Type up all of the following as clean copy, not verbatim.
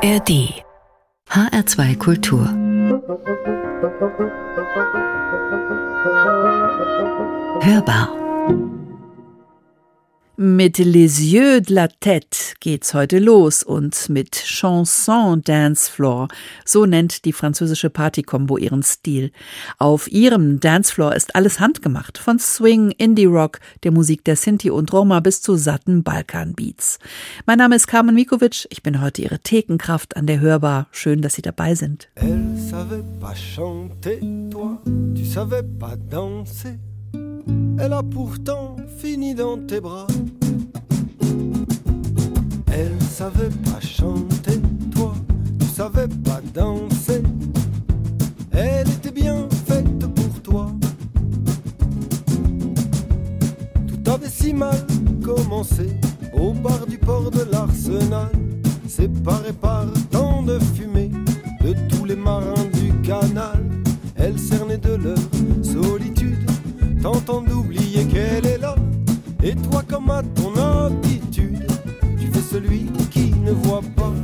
ARD HR2 Kultur Hörbar. Mit Les Yeux de la Tête geht's heute los und mit Chanson Dancefloor, so nennt die französische Party-Kombo ihren Stil. Auf ihrem Dancefloor ist alles handgemacht, von Swing, Indie-Rock, der Musik der Sinti und Roma bis zu satten Balkan-Beats. Mein Name ist Carmen Mikovic, ich bin heute Ihre Thekenkraft an der Hörbar. Schön, dass Sie dabei sind. Elle savait pas chanter, toi, tu savais pas danser. Elle a pourtant fini dans tes bras. Elle savait pas chanter, toi, tu savais pas danser. Elle était bien faite pour toi. Tout avait si mal commencé au bar du port de l'Arsenal, séparé par tant de fumée de tous les marins du canal. Elle cernait de leur solitude, tentant d'oublier qu'elle est là. Et toi, comme à ton habitude, tu fais celui qui ne voit pas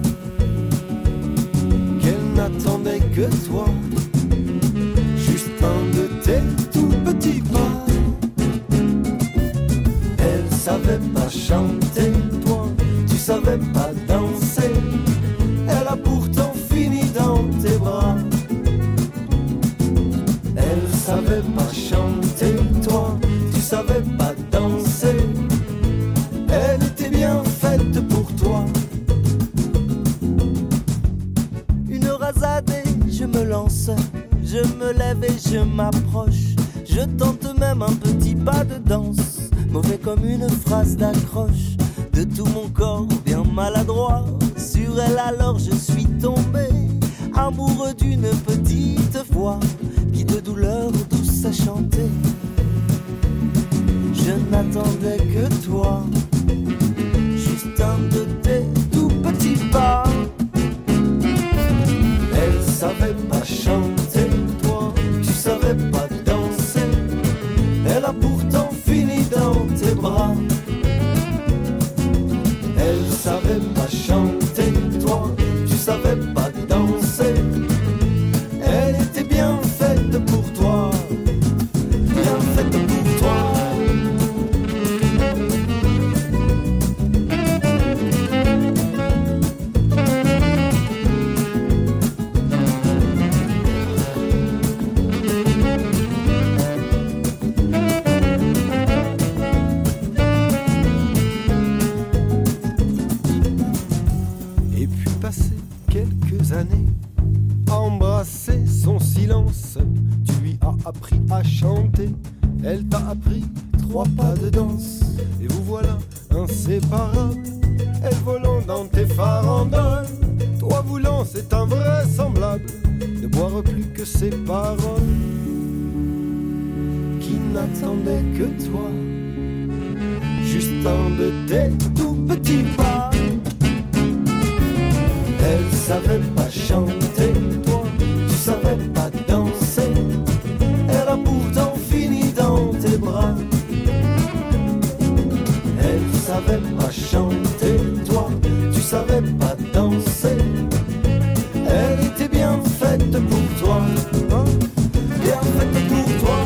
qu'elle n'attendait que toi, juste un de tes tout petits pas. Elle savait pas chanter, toi, tu savais pas danser. Elle a pourtant fini dans tes bras. Elle savait pas chanter, toi, tu savais pas danser. Elle était bien faite pour toi. Une rasade et je me lance, je me lève et je m'approche. Je tente même un petit pas de danse, mauvais comme une phrase d'accroche. De tout mon corps bien maladroit, sur elle alors je suis tombé, amoureux d'une petite voix qui de douleur douce a chanté. Je n'attendais que toi, juste un de tes tout petits pas. Elle savait pas chanter, toi, tu savais pas danser. Elle a pourtant fini dans tes bras. Elle savait pas chanter, toi, tu savais pas danser. Elle était bien faite pour toi, bien faite pour toi. Et puis passer quelques années, embrasser son silence, tu lui as appris à chanter, elle t'a appris 3 pas de danse, et vous voilà inséparables, elle volant dans tes farandoles, toi voulant c'est invraisemblable, ne boire plus que ses paroles, qui n'attendaient que toi, juste un de tes tout petits pas. Elle savait pas chanter, toi, tu savais pas danser. Elle a pourtant fini dans tes bras. Elle savait pas chanter, toi, tu savais pas danser. Elle était bien faite pour toi, bien faite pour toi.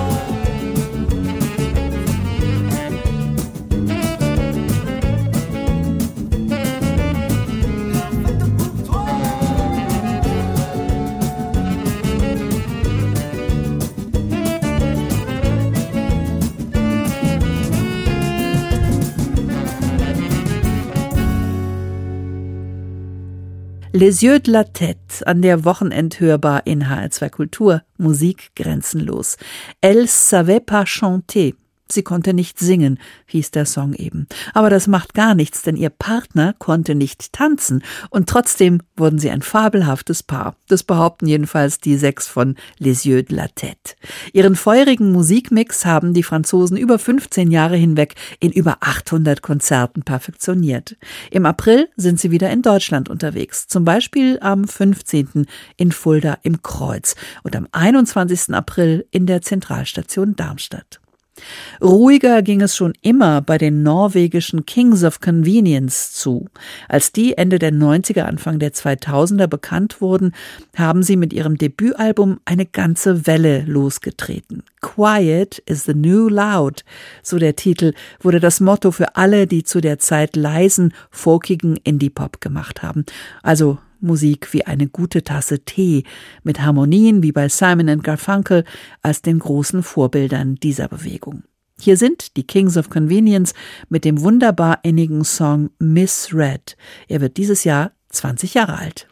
Les Yeux de la Tête an der Wochenendhörbar in HR2 Kultur. Musik grenzenlos. Elle savait pas chanter. Sie konnte nicht singen, hieß der Song eben. Aber das macht gar nichts, denn ihr Partner konnte nicht tanzen. Und trotzdem wurden sie ein fabelhaftes Paar. Das behaupten jedenfalls die 6 von Les Yeux de la Tête. Ihren feurigen Musikmix haben die Franzosen über 15 Jahre hinweg in über 800 Konzerten perfektioniert. Im April sind sie wieder in Deutschland unterwegs. Zum Beispiel am 15. in Fulda im Kreuz und am 21. April in der Zentralstation Darmstadt. Ruhiger ging es schon immer bei den norwegischen Kings of Convenience zu. Als die Ende der 90er, Anfang der 2000er bekannt wurden, haben sie mit ihrem Debütalbum eine ganze Welle losgetreten. Quiet is the new loud, so der Titel, wurde das Motto für alle, die zu der Zeit leisen, folkigen Indie-Pop gemacht haben. Also Musik wie eine gute Tasse Tee, mit Harmonien wie bei Simon & Garfunkel als den großen Vorbildern dieser Bewegung. Hier sind die Kings of Convenience mit dem wunderbar innigen Song Misread. Er wird dieses Jahr 20 Jahre alt.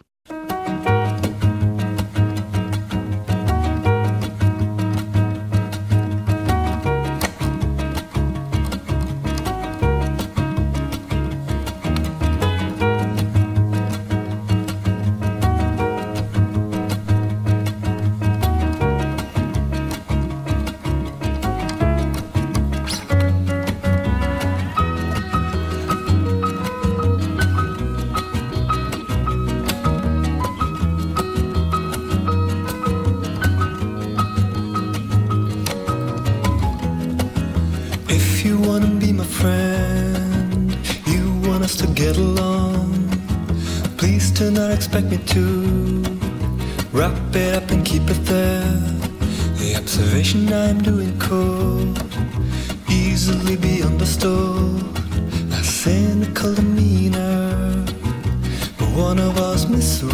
Expect me to wrap it up and keep it there. The observation I'm doing could easily be understood. A cynical demeanor, but one of us misread.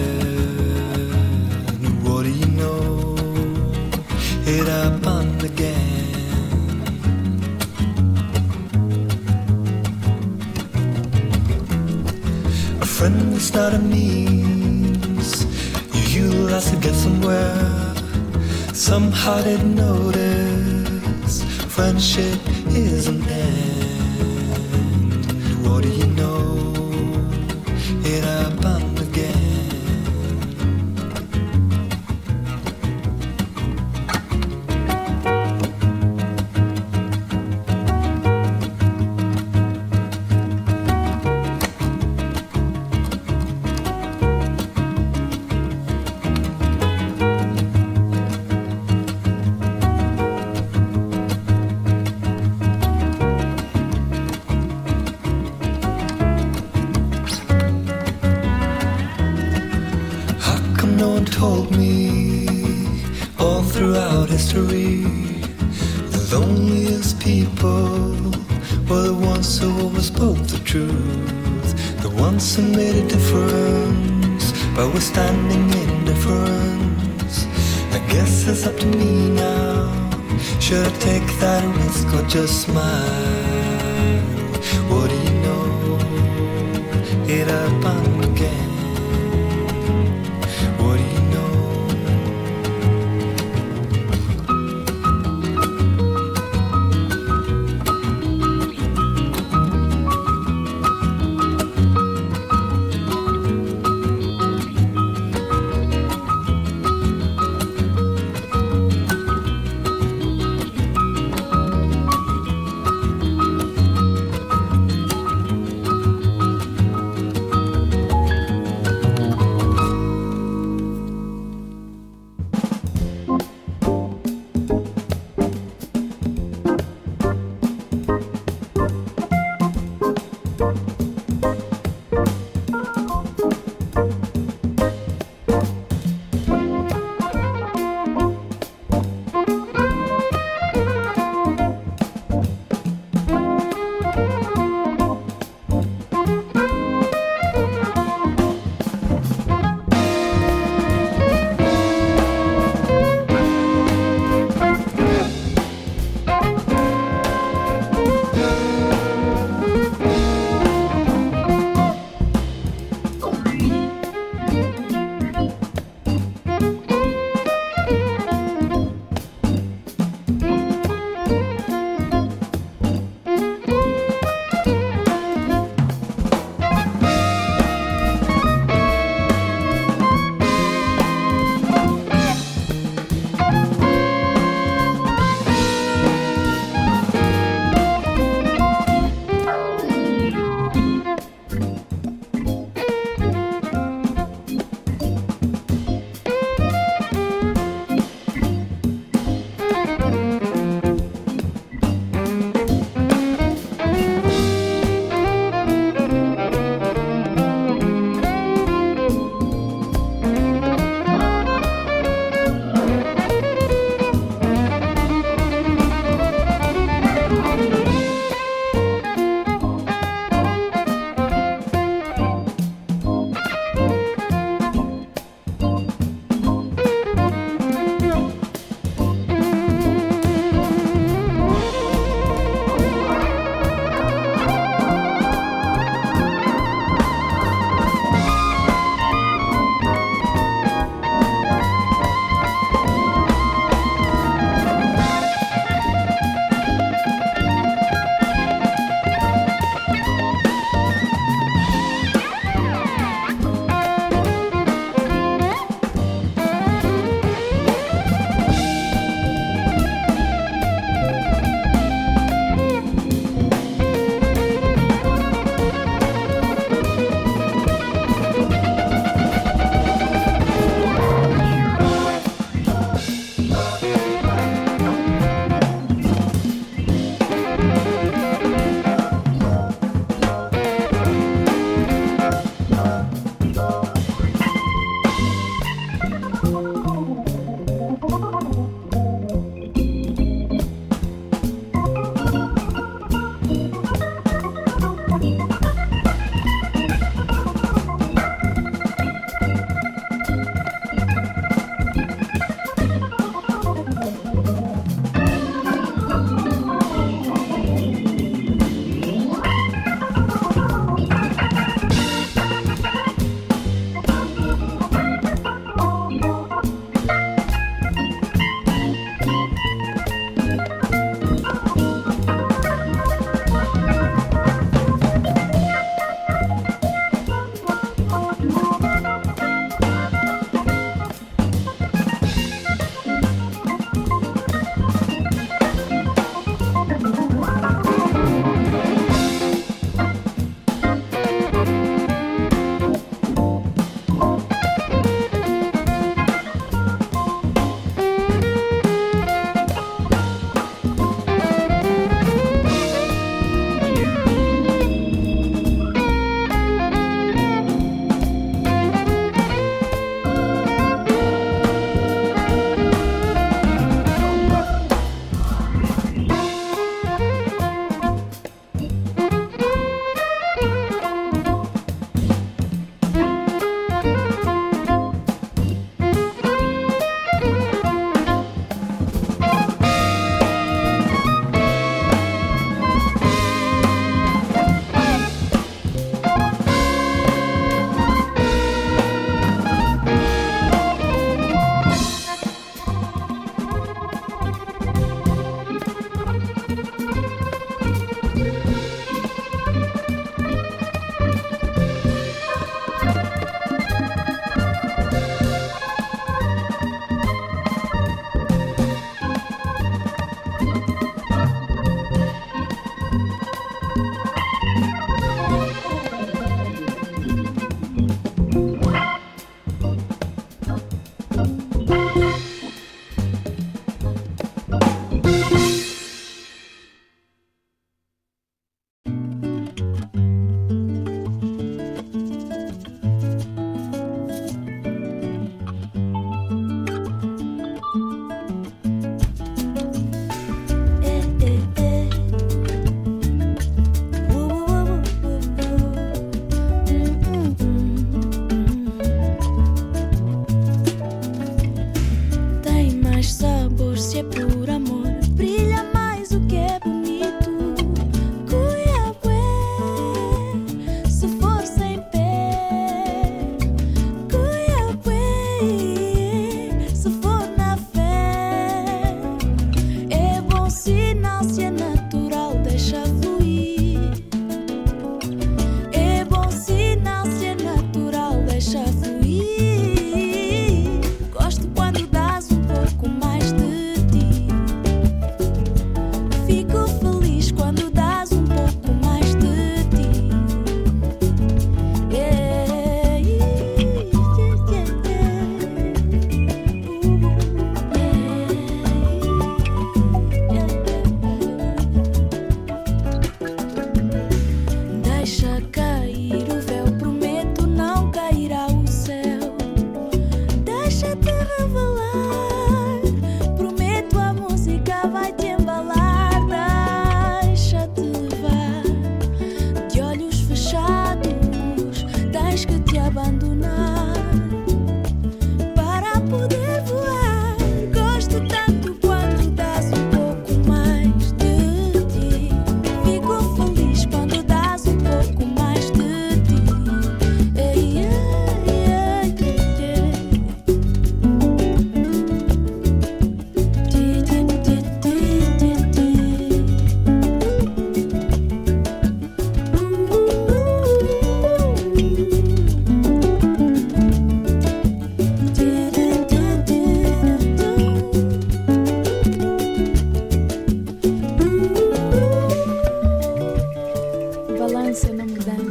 What do you know? It happened again. A friend is not a means you utilize to get somewhere. Somehow didn't notice friendship is an end. What do you know? It happened again. Told me all throughout history the loneliest people were the ones who always spoke the truth, the ones who made a difference by withstanding indifference. I guess it's up to me now. Should I take that risk or just smile? What do you know? It happened again.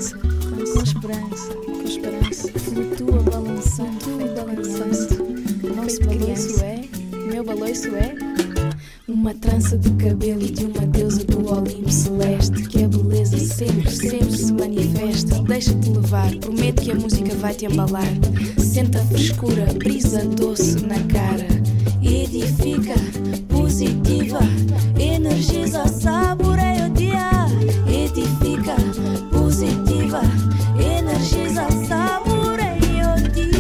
esperança, com esperança, flutua balançando, Nosso balanço meu balanço é uma trança de cabelo e de uma deusa do Olimpo celeste, que a beleza sempre se manifesta. Deixa-te levar, prometo que a música vai te embalar. Senta a frescura, brisa doce na cara, edifica, positiva, energiza, saboreia o dia. Edifica, positiva, energiza, saboreia o dia.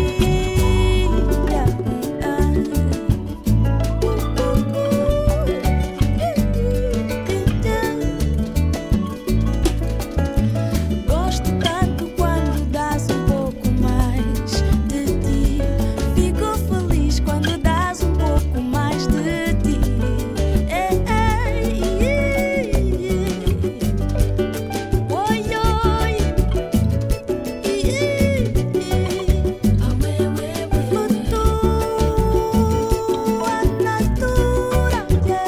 Gosto tanto quando dás um pouco mais de ti. Fico feliz quando dás um pouco mais de ti. Oi, oi. Flutua na natura.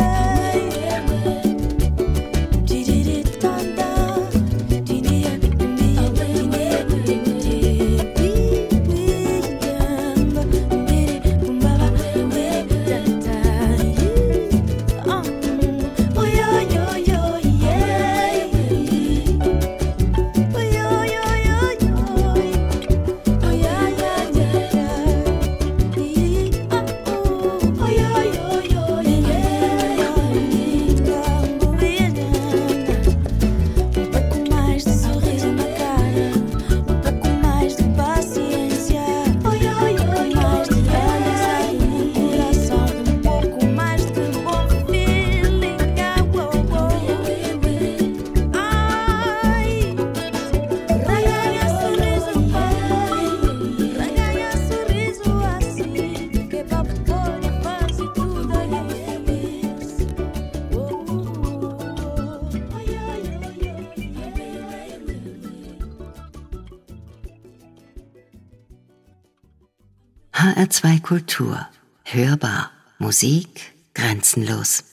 HR2 Kultur. Hörbar. Musik grenzenlos.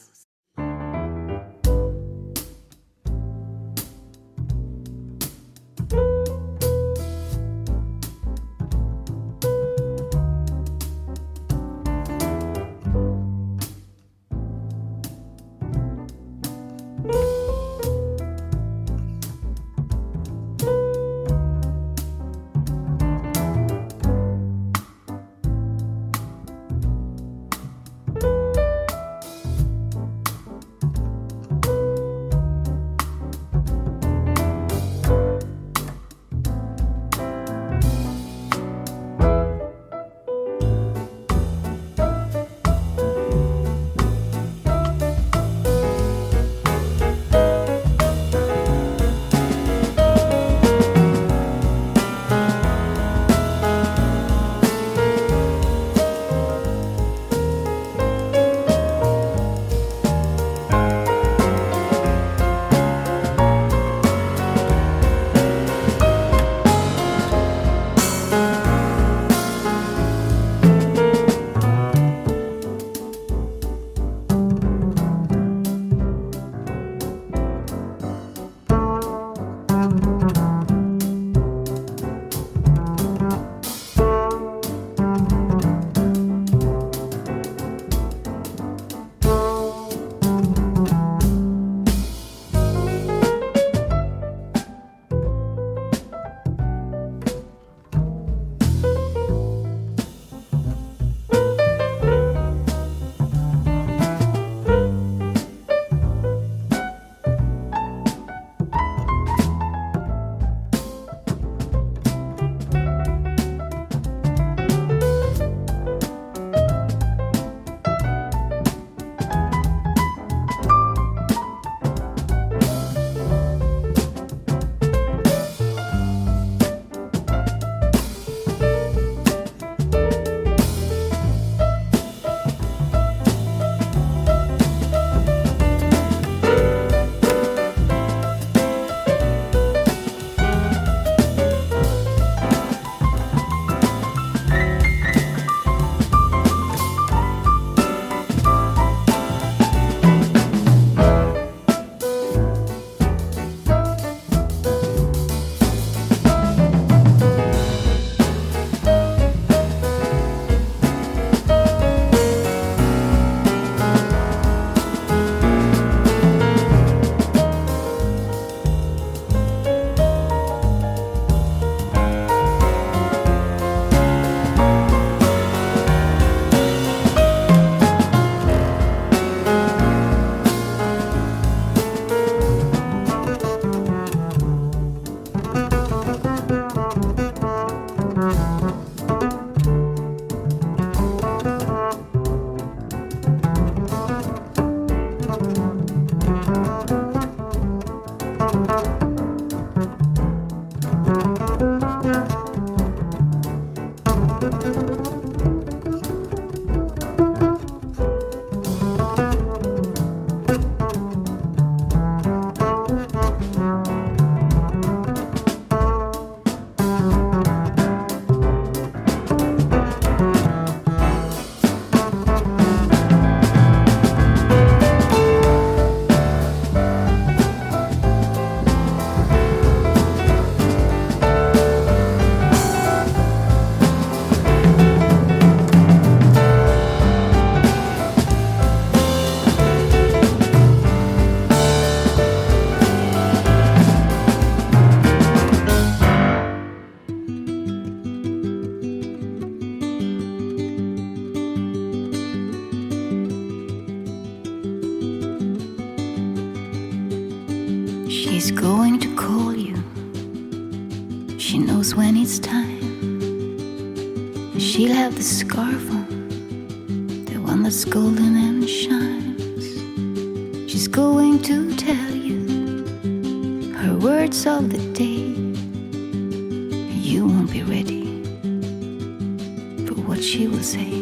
She knows when it's time. She'll have the scarf on, the one that's golden and shines. She's going to tell you her words of the day. You won't be ready for what she will say.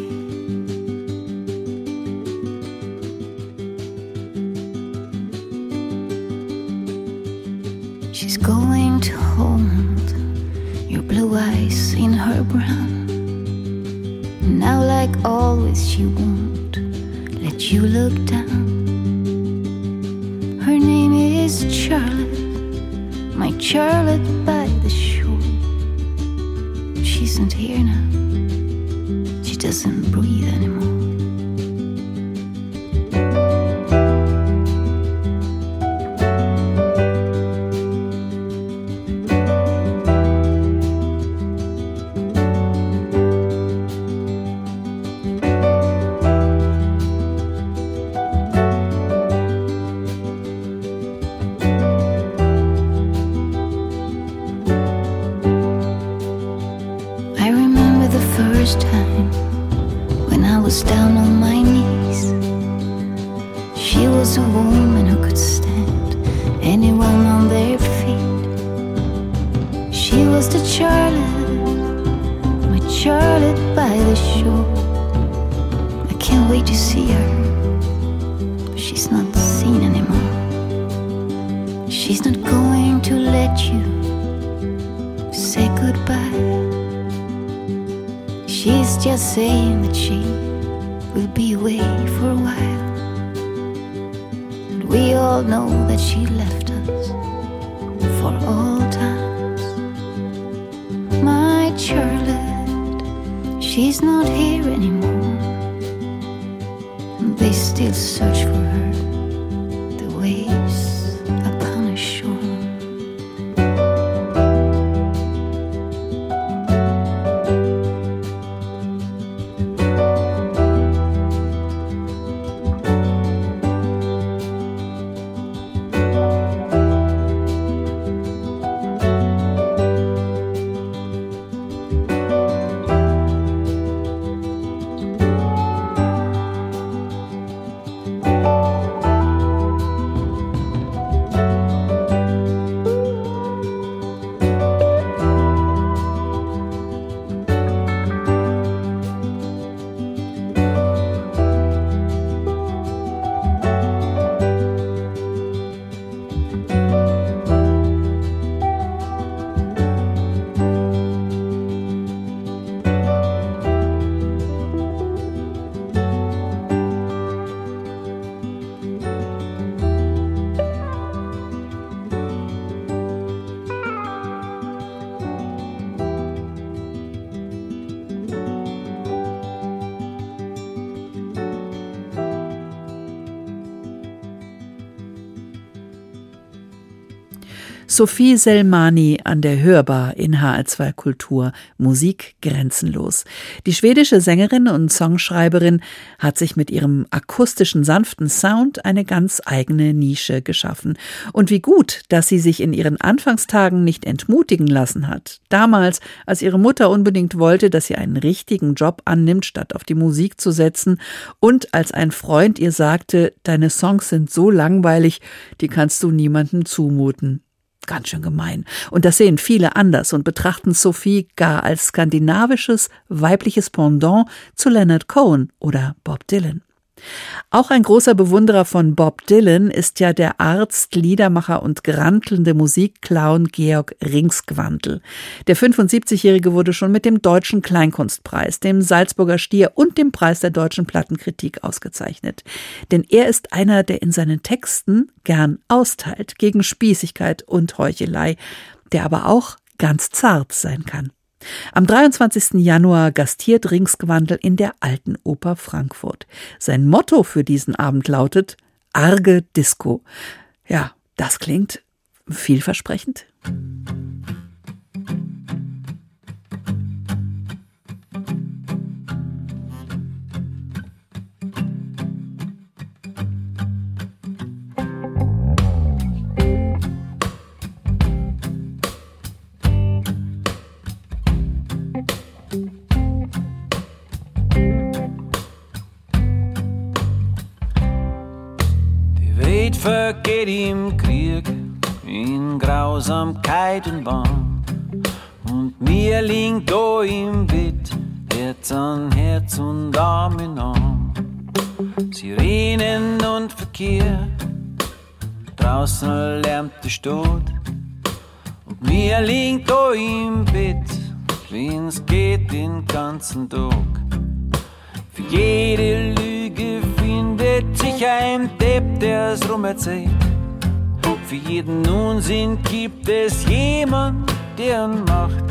She's going to hold your blue eyes in her brown. Now like always she won't let you look down. Her name is Charlotte, my Charlotte by the shore. She isn't here now, she doesn't breathe anymore. Saying that she will be away for a while. But we all know that she left us for all times. My Charlotte, she's not here anymore. And they still search for her, the waves upon a shore. Sophie Selmani an der Hörbar in HR2 Kultur. Musik grenzenlos. Die schwedische Sängerin und Songschreiberin hat sich mit ihrem akustischen, sanften Sound eine ganz eigene Nische geschaffen. Und wie gut, dass sie sich in ihren Anfangstagen nicht entmutigen lassen hat. Damals, als ihre Mutter unbedingt wollte, dass sie einen richtigen Job annimmt, statt auf die Musik zu setzen. Und als ein Freund ihr sagte, deine Songs sind so langweilig, die kannst du niemandem zumuten. Ganz schön gemein. Und das sehen viele anders und betrachten Sophie gar als skandinavisches, weibliches Pendant zu Leonard Cohen oder Bob Dylan. Auch ein großer Bewunderer von Bob Dylan ist ja der Arzt, Liedermacher und grantelnde Musikclown Georg Ringsgwandl. Der 75-Jährige wurde schon mit dem Deutschen Kleinkunstpreis, dem Salzburger Stier und dem Preis der deutschen Plattenkritik ausgezeichnet. Denn er ist einer, der in seinen Texten gern austeilt gegen Spießigkeit und Heuchelei, der aber auch ganz zart sein kann. Am 23. Januar gastiert Ringsgwandl in der Alten Oper Frankfurt. Sein Motto für diesen Abend lautet Arge Disco. Ja, das klingt vielversprechend. Grausamkeit und Wahn. Und mir liegt da im Bett, Herz an Herz und Arm in Arm. Sirenen und Verkehr, draußen lärmt die Stadt. Und mir liegt da im Bett, wenn's geht den ganzen Tag. Für jede Lüge findet sich ein Depp, der's rum erzählt. Für jeden Unsinn gibt es jemand, der ihn macht.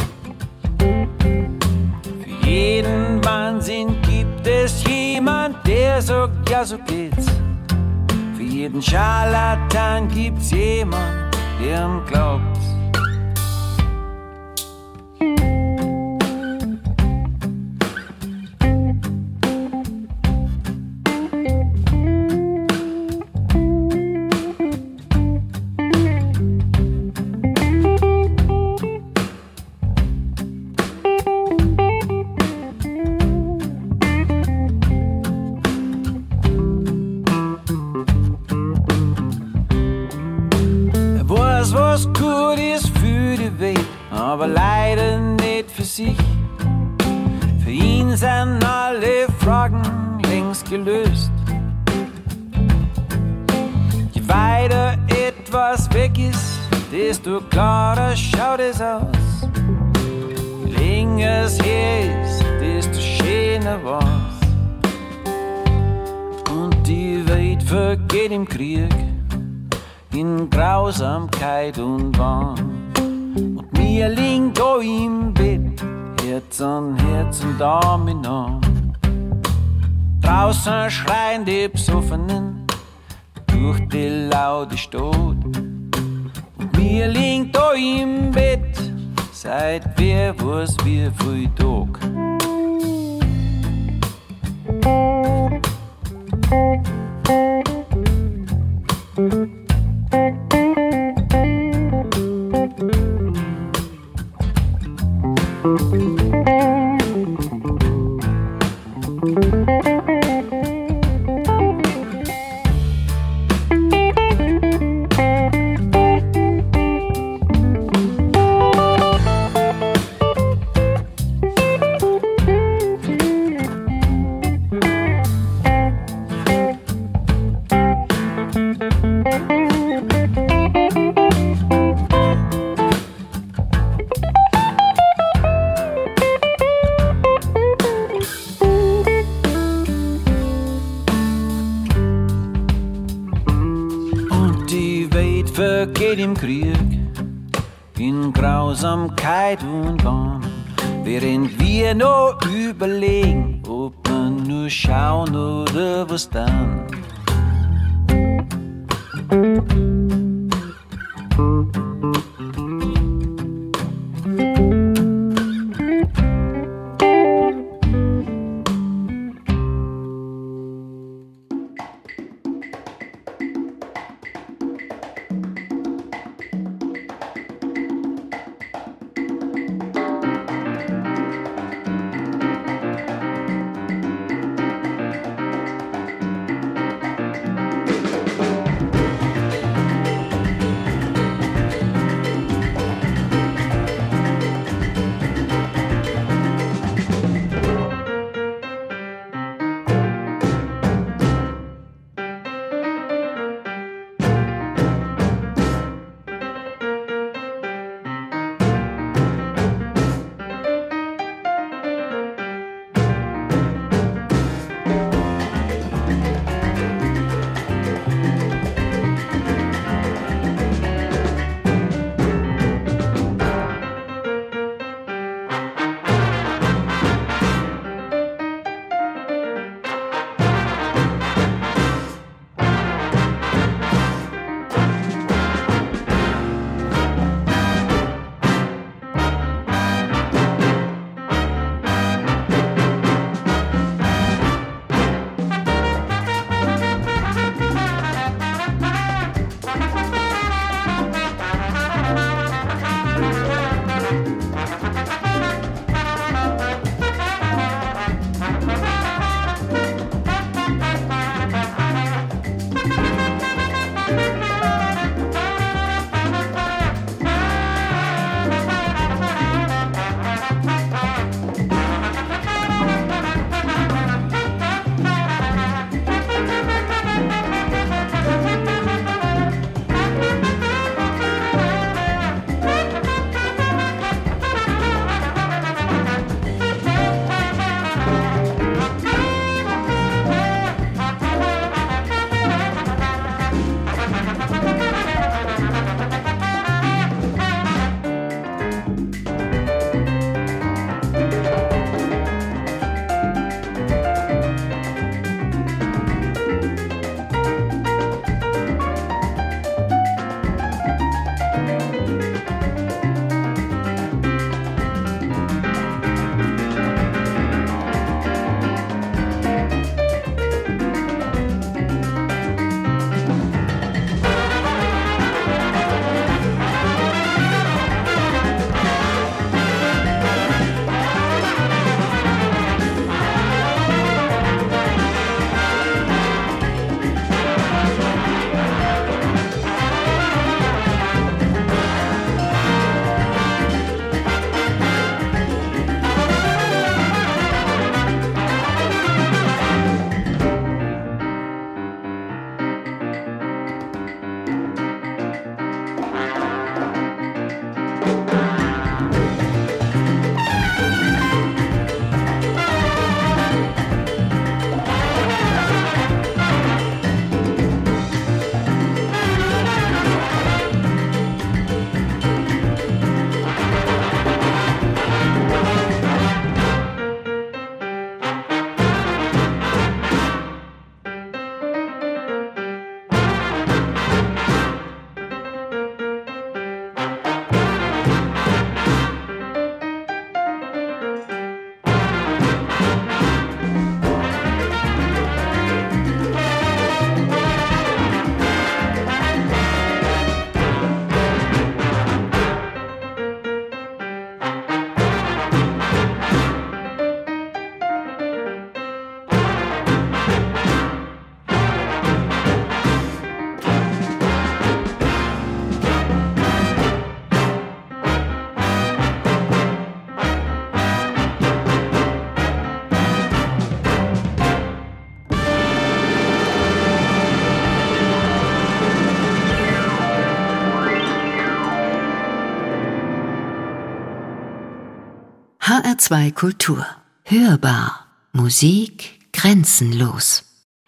Für jeden Wahnsinn gibt es jemand, der sagt, ja so geht's. Für jeden Scharlatan gibt's jemand, der ihm glaubt. Was gut ist für die Welt, aber leider nicht für sich. Für ihn sind alle Fragen längst gelöst. Je weiter etwas weg ist, desto klarer schaut es aus. Je länger es her ist, desto schöner war's. Und die Welt vergeht im Krieg, in Grausamkeit und Wahn. Und mir liegt da im Bett, Herz an Herz und Arm in Arm. Draußen schreien die Besoffenen durch die laute Stadt. Und mir liegt da im Bett, seit wer weiß wie viel Tag. Vergeht im Krieg, in Grausamkeit und Wahn, während wir noch überlegen, ob wir nur schauen oder was dann. HR2 Kultur. Hörbar. Musik grenzenlos.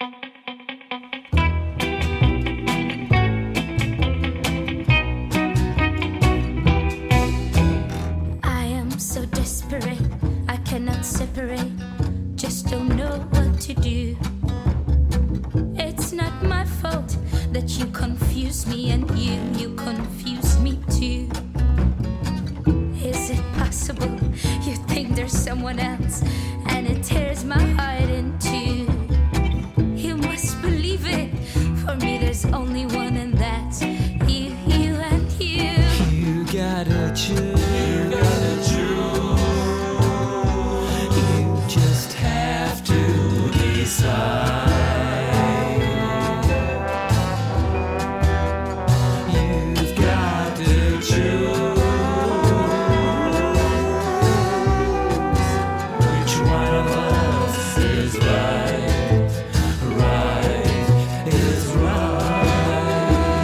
I am so desperate, I cannot separate, just don't know what to do. It's not my fault that you confuse me and you confuse me too. Is it possible you think there's someone else and it tears my heart in two? You must believe it, for me there's only one and that's you and you. You gotta choose. You just have to decide. You've got to choose. Which one of us is right? Right is right.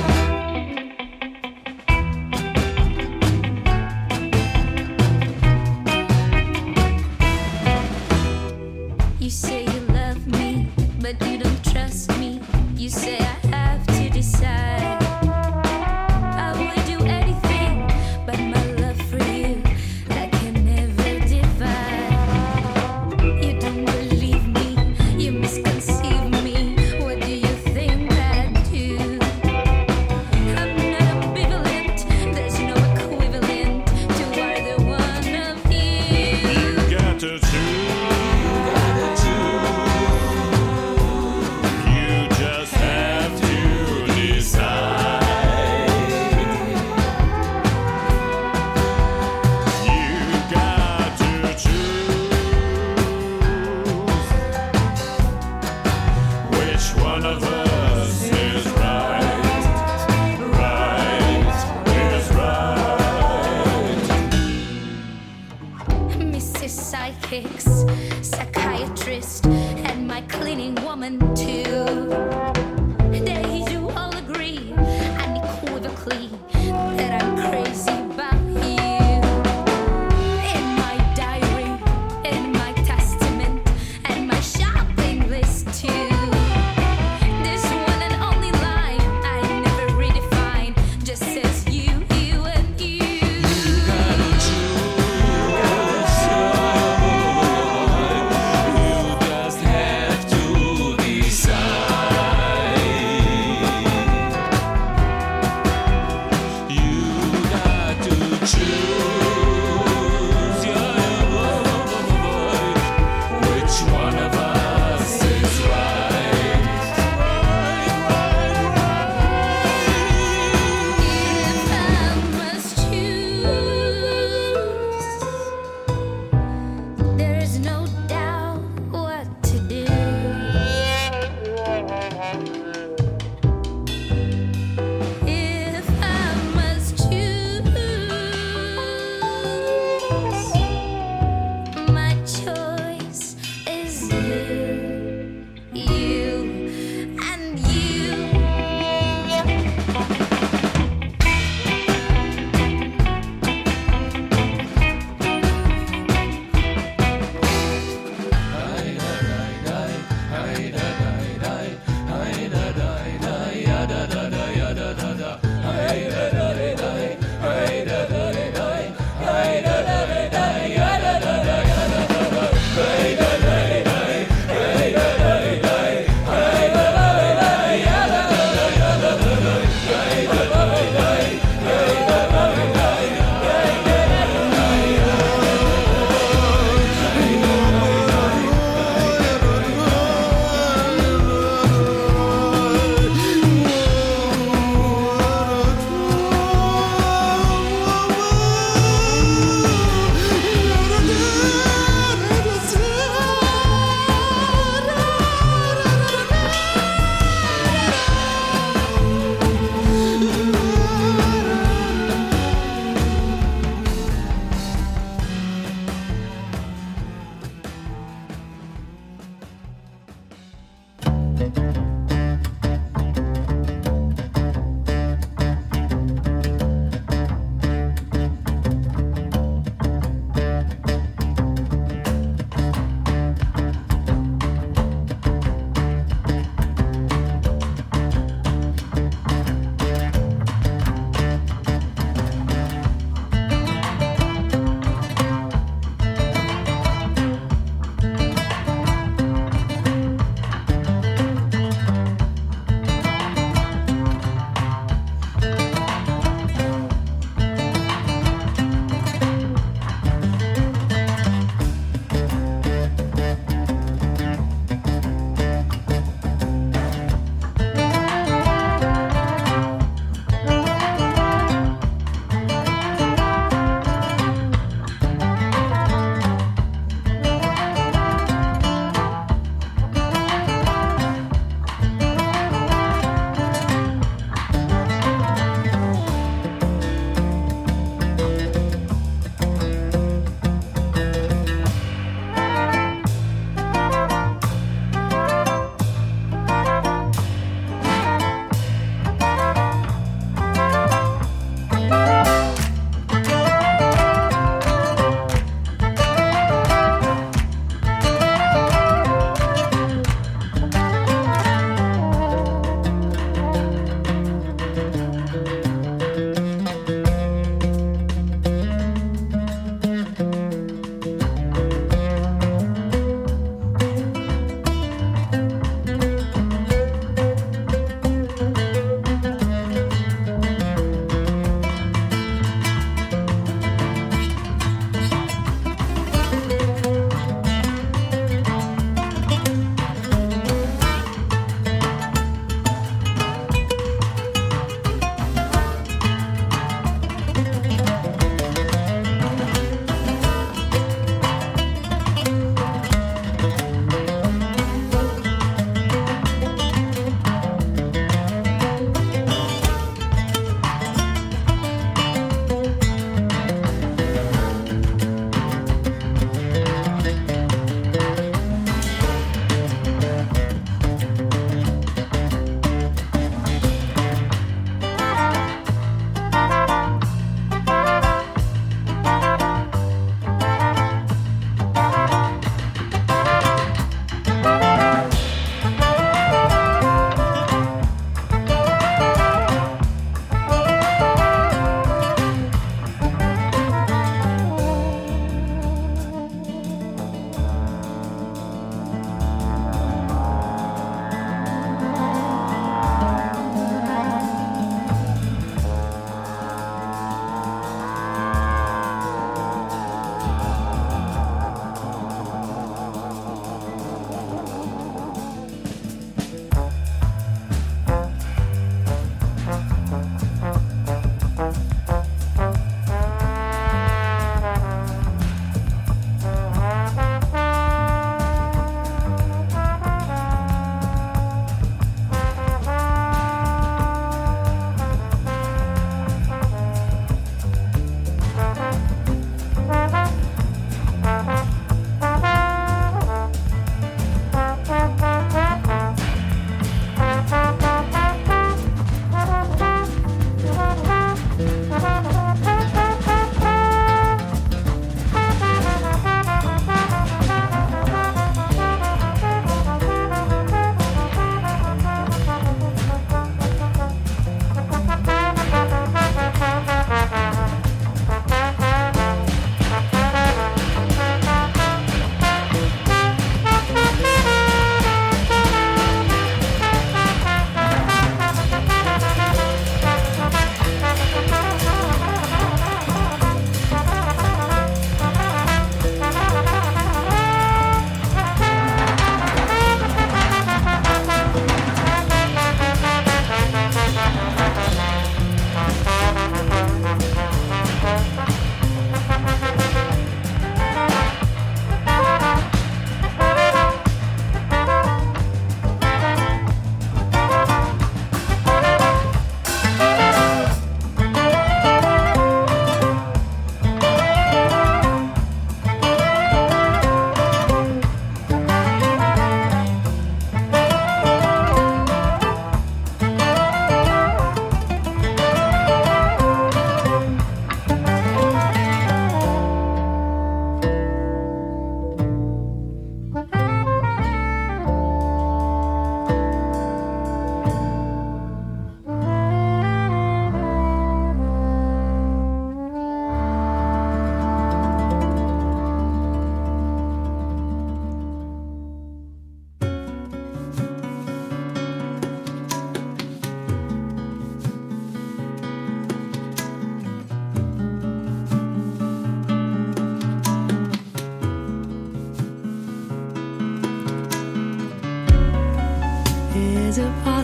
You say you love me, but you don't trust me. You say I have to decide. I would do anything, but my love for you, I can never divide. You don't believe me, you misconceive me. What do you think I do? I'm not ambivalent, there's no equivalent to either one of you. You got to choose. You just have to decide. You got to choose. Which one of us is right? Right is right. Mrs. Psychics, psychiatrist, and my cleaning woman too. They do all agree, unequivocally, that I'm crazy about you. In my diary, in my testament, and my shopping list too. This one and only line I never redefine, just says you and you. You just have to decide.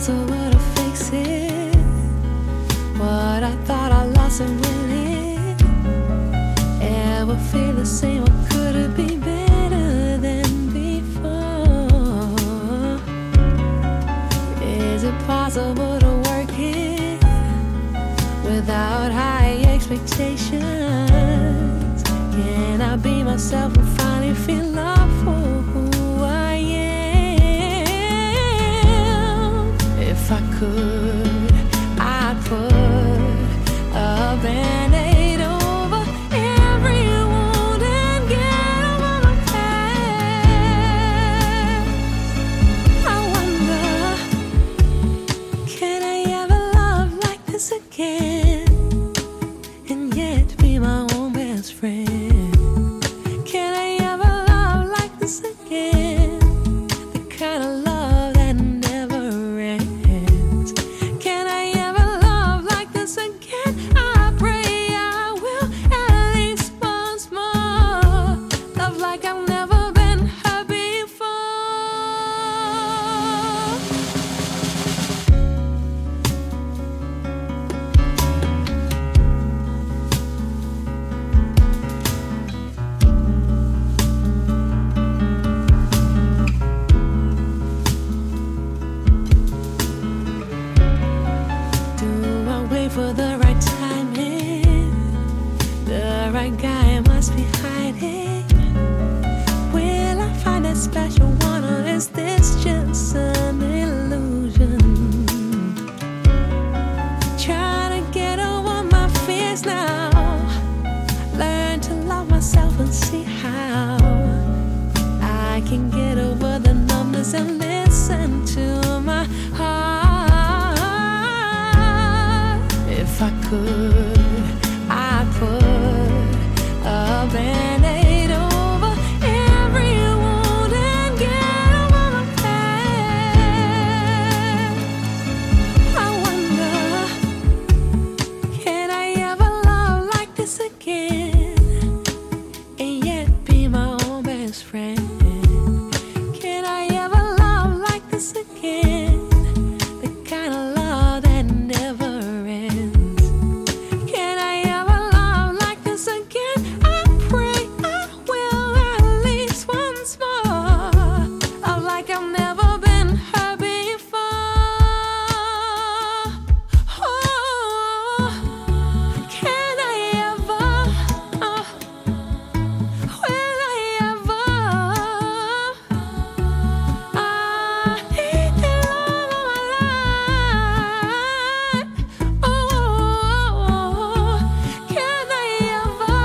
possible to fix it? What I thought I lost and winning. Ever feel the same, or could it be better than before? Is it possible to work it without high expectations? Can I be myself and finally feel love for who I am? If I could, I'd put a band-aid over every wound and get over my past. I wonder, can I ever love like this again and yet be my own best friend? Can I ever love like this again? The kind of love that never ends. Can I ever love like this again? I pray I will at least once more. Love like I've never been hurt before. Do I wait for the right timing? The right guy must be hiding. Will I find that special one, or is this just an illusion? Trying to get over my fears now. Learn to love myself and see how I can get over the numbness and listen to my heart. If I could, I'd put a band-aid over every wound and get over my past. I wonder, can I ever love like this again and yet be my own best friend? Can I ever love like this again? The kind of love that never ends. Can I ever love like this again? I pray I will at least once more. Love like I've never been hurt before. Oh, can I ever? Will I ever? I need the love of my life. Oh, can I ever?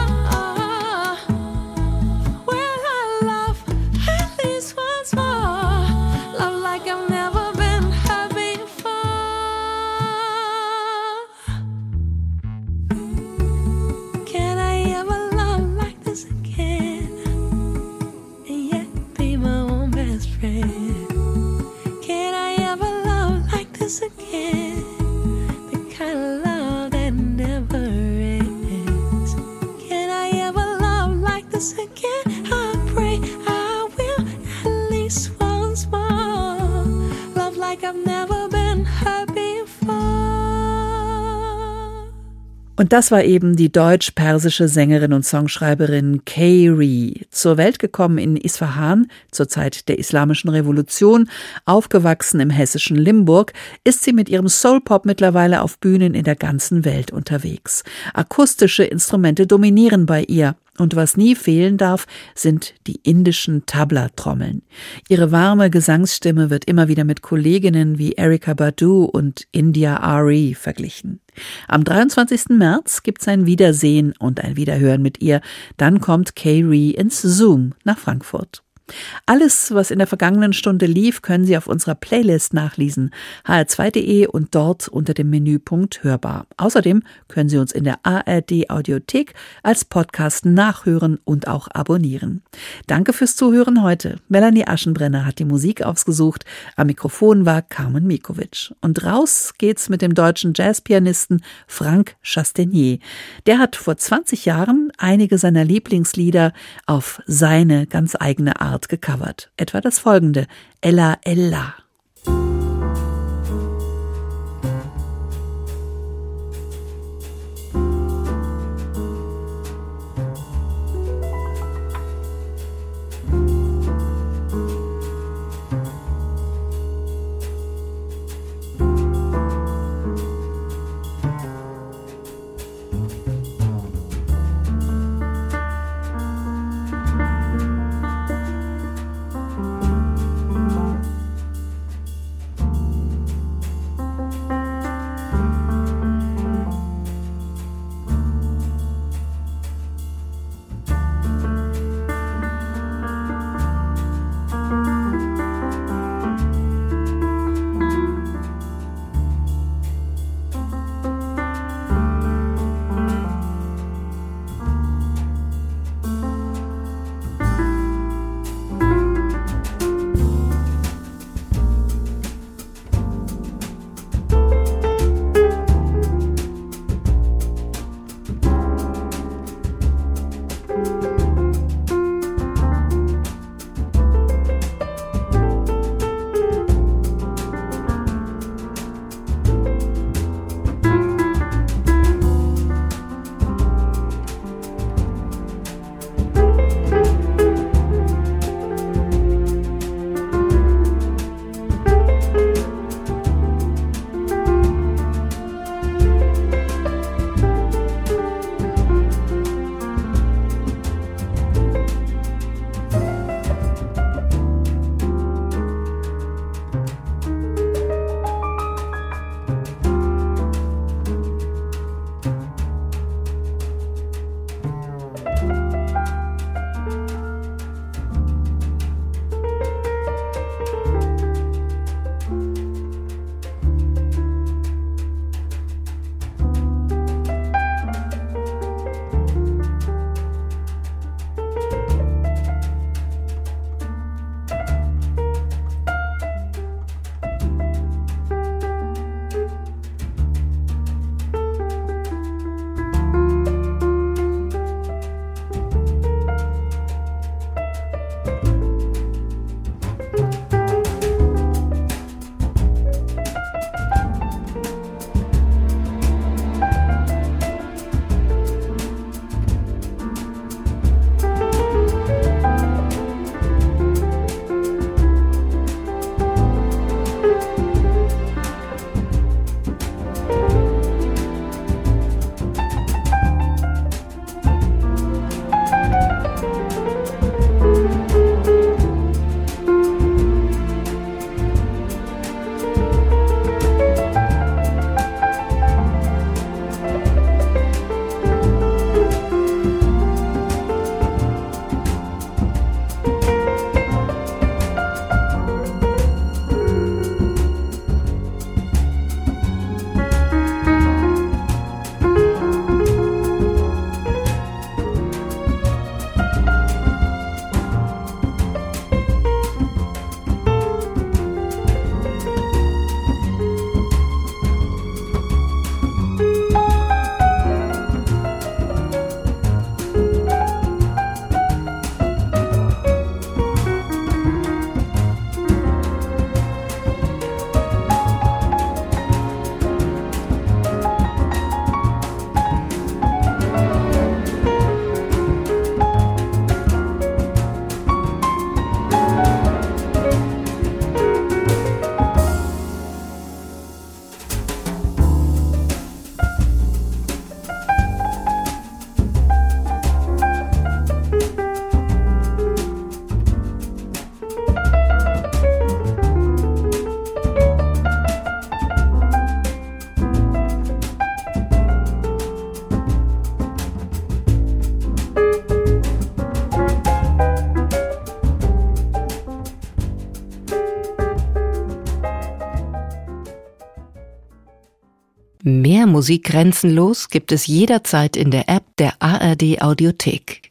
Will I love at least once more? Love like I've never been hurt before. Can I ever love like this again and yet be my own best friend? Can I ever love like this again? The kind of love that never ends. Can I ever love like this again? I pray I will at least once more. Love like I've never been hurt before. Und das war eben die deutsch-persische Sängerin und Songschreiberin K-Ree. Zur Welt gekommen in Isfahan zur Zeit der Islamischen Revolution, aufgewachsen im hessischen Limburg, ist sie mit ihrem Soul-Pop mittlerweile auf Bühnen in der ganzen Welt unterwegs. Akustische Instrumente dominieren bei ihr. Und was nie fehlen darf, sind die indischen Tabla-Trommeln. Ihre warme Gesangsstimme wird immer wieder mit Kolleginnen wie Erykah Badu und India Arie verglichen. Am 23. März gibt's ein Wiedersehen und ein Wiederhören mit ihr. Dann kommt K-Ree ins Zoom nach Frankfurt. Alles, was in der vergangenen Stunde lief, können Sie auf unserer Playlist nachlesen, hr2.de und dort unter dem Menüpunkt Hörbar. Außerdem können Sie uns in der ARD-Audiothek als Podcast nachhören und auch abonnieren. Danke fürs Zuhören heute. Melanie Aschenbrenner hat die Musik ausgesucht. Am Mikrofon war Carmen Mikovic. Und raus geht's mit dem deutschen Jazzpianisten Frank Chastenier. Der hat vor 20 Jahren einige seiner Lieblingslieder auf seine ganz eigene Art gecovert. Etwa das folgende: Ella Ella. Mehr Musik grenzenlos gibt es jederzeit in der App der ARD Audiothek.